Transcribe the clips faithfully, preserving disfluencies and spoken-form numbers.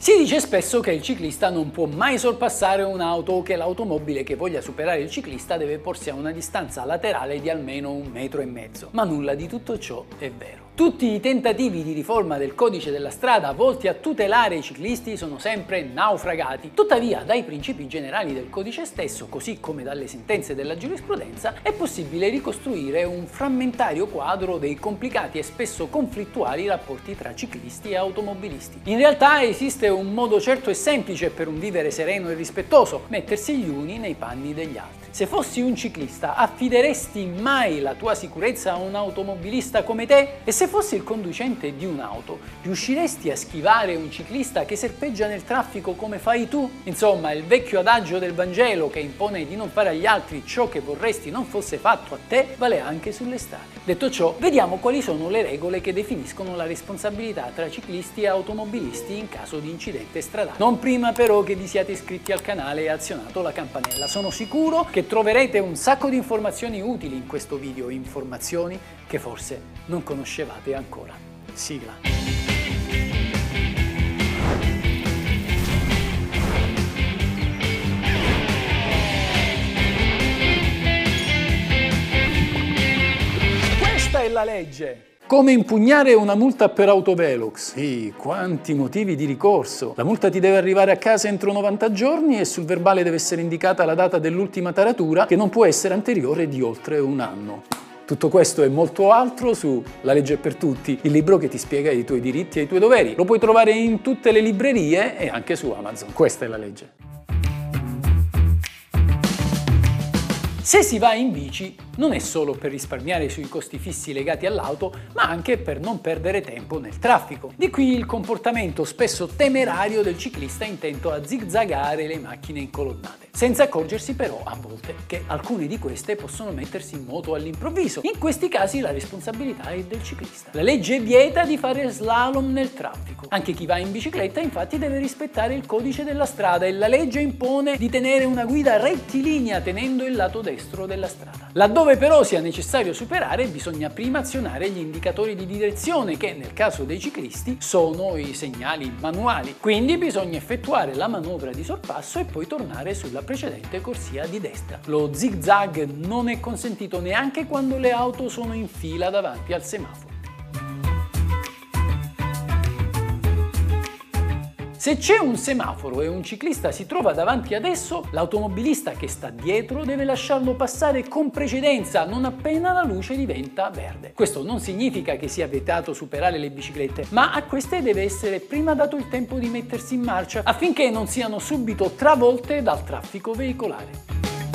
Si dice spesso che il ciclista non può mai sorpassare un'auto o che l'automobile che voglia superare il ciclista deve porsi a una distanza laterale di almeno un metro e mezzo. Ma nulla di tutto ciò è vero. Tutti i tentativi di riforma del codice della strada volti a tutelare i ciclisti sono sempre naufragati. Tuttavia, dai principi generali del codice stesso, così come dalle sentenze della giurisprudenza, è possibile ricostruire un frammentario quadro dei complicati e spesso conflittuali rapporti tra ciclisti e automobilisti. In realtà esiste un modo certo e semplice per un vivere sereno e rispettoso: mettersi gli uni nei panni degli altri. Se fossi un ciclista, affideresti mai la tua sicurezza a un automobilista come te? E se fossi il conducente di un'auto, riusciresti a schivare un ciclista che serpeggia nel traffico come fai tu? Insomma, il vecchio adagio del Vangelo che impone di non fare agli altri ciò che vorresti non fosse fatto a te, vale anche sulle strade. Detto ciò, vediamo quali sono le regole che definiscono la responsabilità tra ciclisti e automobilisti in caso di incidente stradale. Non prima però che vi siate iscritti al canale e azionato la campanella. Sono sicuro che troverete un sacco di informazioni utili in questo video, informazioni che forse non conoscevate ancora. Sigla. Questa è la legge! Come impugnare una multa per autovelox? Sì, quanti motivi di ricorso! La multa ti deve arrivare a casa entro novanta giorni e sul verbale deve essere indicata la data dell'ultima taratura, che non può essere anteriore di oltre un anno. Tutto questo e molto altro su La legge è per tutti, il libro che ti spiega i tuoi diritti e i tuoi doveri. Lo puoi trovare in tutte le librerie e anche su Amazon. Questa è la legge. Se si va in bici non è solo per risparmiare sui costi fissi legati all'auto, ma anche per non perdere tempo nel traffico. Di qui il comportamento spesso temerario del ciclista intento a zigzagare le macchine incolonnate, senza accorgersi però a volte che alcune di queste possono mettersi in moto all'improvviso. In questi casi la responsabilità è del ciclista. La legge vieta di fare slalom nel traffico. Anche chi va in bicicletta infatti deve rispettare il codice della strada e la legge impone di tenere una guida rettilinea tenendo il lato destro della strada. Laddove però sia necessario superare, bisogna prima azionare gli indicatori di direzione che, nel caso dei ciclisti, sono i segnali manuali. Quindi bisogna effettuare la manovra di sorpasso e poi tornare sulla precedente corsia di destra. Lo zigzag non è consentito neanche quando le auto sono in fila davanti al semaforo. Se c'è un semaforo e un ciclista si trova davanti ad esso, l'automobilista che sta dietro deve lasciarlo passare con precedenza, non appena la luce diventa verde. Questo non significa che sia vietato superare le biciclette, ma a queste deve essere prima dato il tempo di mettersi in marcia affinché non siano subito travolte dal traffico veicolare.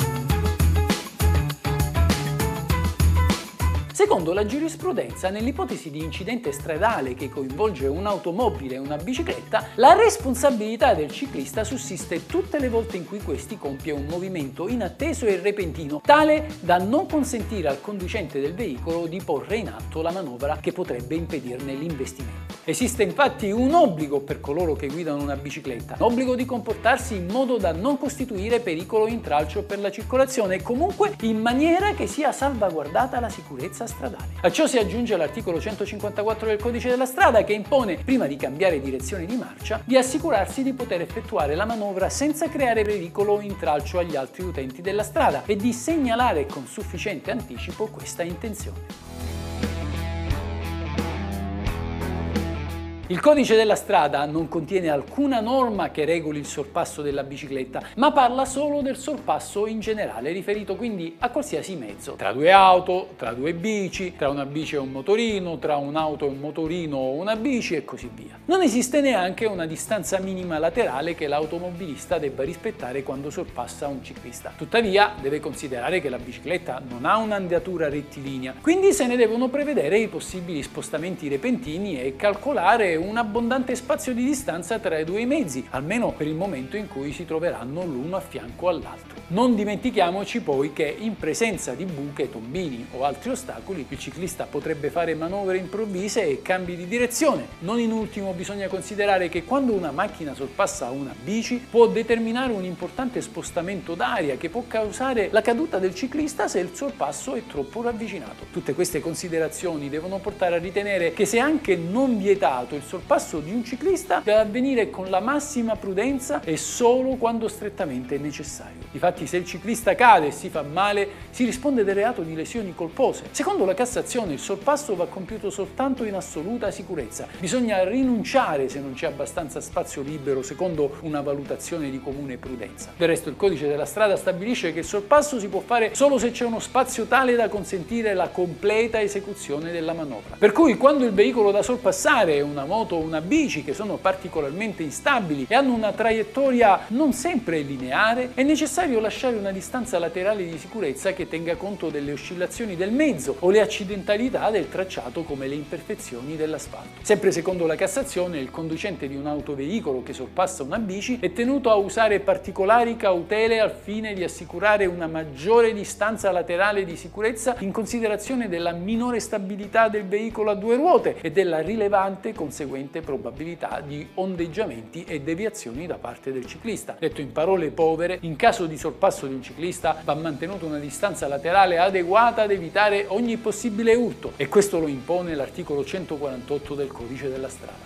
Secondo la giurisprudenza, nell'ipotesi di incidente stradale che coinvolge un'automobile e una bicicletta, la responsabilità del ciclista sussiste tutte le volte in cui questi compie un movimento inatteso e repentino, tale da non consentire al conducente del veicolo di porre in atto la manovra che potrebbe impedirne l'investimento. Esiste infatti un obbligo per coloro che guidano una bicicletta, l'obbligo di comportarsi in modo da non costituire pericolo o intralcio per la circolazione e comunque in maniera che sia salvaguardata la sicurezza stradale. A ciò si aggiunge l'articolo centocinquantaquattro del codice della strada che impone, prima di cambiare direzione di marcia, di assicurarsi di poter effettuare la manovra senza creare pericolo o intralcio agli altri utenti della strada e di segnalare con sufficiente anticipo questa intenzione. Il codice della strada non contiene alcuna norma che regoli il sorpasso della bicicletta, ma parla solo del sorpasso in generale, riferito quindi a qualsiasi mezzo. Tra due auto, tra due bici, tra una bici e un motorino, tra un'auto e un motorino o una bici e così via. Non esiste neanche una distanza minima laterale che l'automobilista debba rispettare quando sorpassa un ciclista. Tuttavia, deve considerare che la bicicletta non ha un'andatura rettilinea, quindi se ne devono prevedere i possibili spostamenti repentini e calcolare un abbondante spazio di distanza tra i due mezzi, almeno per il momento in cui si troveranno l'uno a fianco all'altro. Non dimentichiamoci poi che in presenza di buche, tombini o altri ostacoli il ciclista potrebbe fare manovre improvvise e cambi di direzione. Non in ultimo bisogna considerare che quando una macchina sorpassa una bici può determinare un importante spostamento d'aria che può causare la caduta del ciclista se il sorpasso è troppo ravvicinato. Tutte queste considerazioni devono portare a ritenere che, se anche non vietato, il sorpasso di un ciclista deve avvenire con la massima prudenza e solo quando strettamente necessario. Difatti, se il ciclista cade e si fa male, si risponde del reato di lesioni colpose. Secondo la Cassazione il sorpasso va compiuto soltanto in assoluta sicurezza. Bisogna rinunciare se non c'è abbastanza spazio libero secondo una valutazione di comune prudenza. Del resto il codice della strada stabilisce che il sorpasso si può fare solo se c'è uno spazio tale da consentire la completa esecuzione della manovra. Per cui quando il veicolo da sorpassare è una moto o una bici che sono particolarmente instabili e hanno una traiettoria non sempre lineare, è necessario lasciare una distanza laterale di sicurezza che tenga conto delle oscillazioni del mezzo o le accidentalità del tracciato, come le imperfezioni dell'asfalto. Sempre secondo la Cassazione, il conducente di un autoveicolo che sorpassa una bici è tenuto a usare particolari cautele al fine di assicurare una maggiore distanza laterale di sicurezza in considerazione della minore stabilità del veicolo a due ruote e della rilevante conseguente probabilità di ondeggiamenti e deviazioni da parte del ciclista. Detto in parole povere, in caso di sorpasso di un ciclista va mantenuta una distanza laterale adeguata ad evitare ogni possibile urto, e questo lo impone l'articolo centoquarantotto del codice della strada.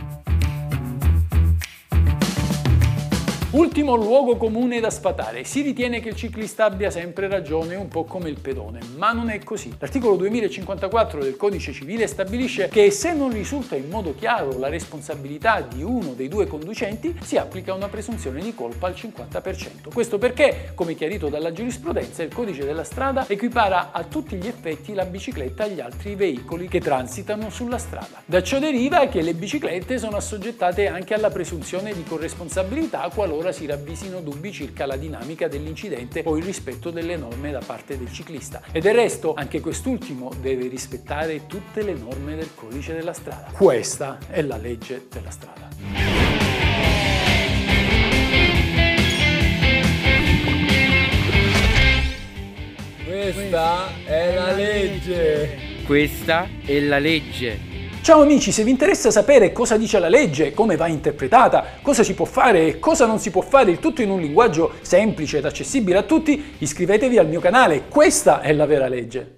Ultimo luogo comune da sfatare: si ritiene che il ciclista abbia sempre ragione, un po' come il pedone, ma non è così. L'articolo duemilacinquantaquattro del Codice Civile stabilisce che se non risulta in modo chiaro la responsabilità di uno dei due conducenti, si applica una presunzione di colpa al cinquanta per cento. Questo perché, come chiarito dalla giurisprudenza, il Codice della strada equipara a tutti gli effetti la bicicletta agli altri veicoli che transitano sulla strada. Da ciò deriva che le biciclette sono assoggettate anche alla presunzione di corresponsabilità qualora si ravvisino dubbi circa la dinamica dell'incidente o il rispetto delle norme da parte del ciclista. E del resto anche quest'ultimo deve rispettare tutte le norme del codice della strada. Questa è la legge della strada. Questa è la legge. Questa è la legge. Ciao amici, se vi interessa sapere cosa dice la legge, come va interpretata, cosa si può fare e cosa non si può fare, il tutto in un linguaggio semplice ed accessibile a tutti, iscrivetevi al mio canale. Questa è la vera legge.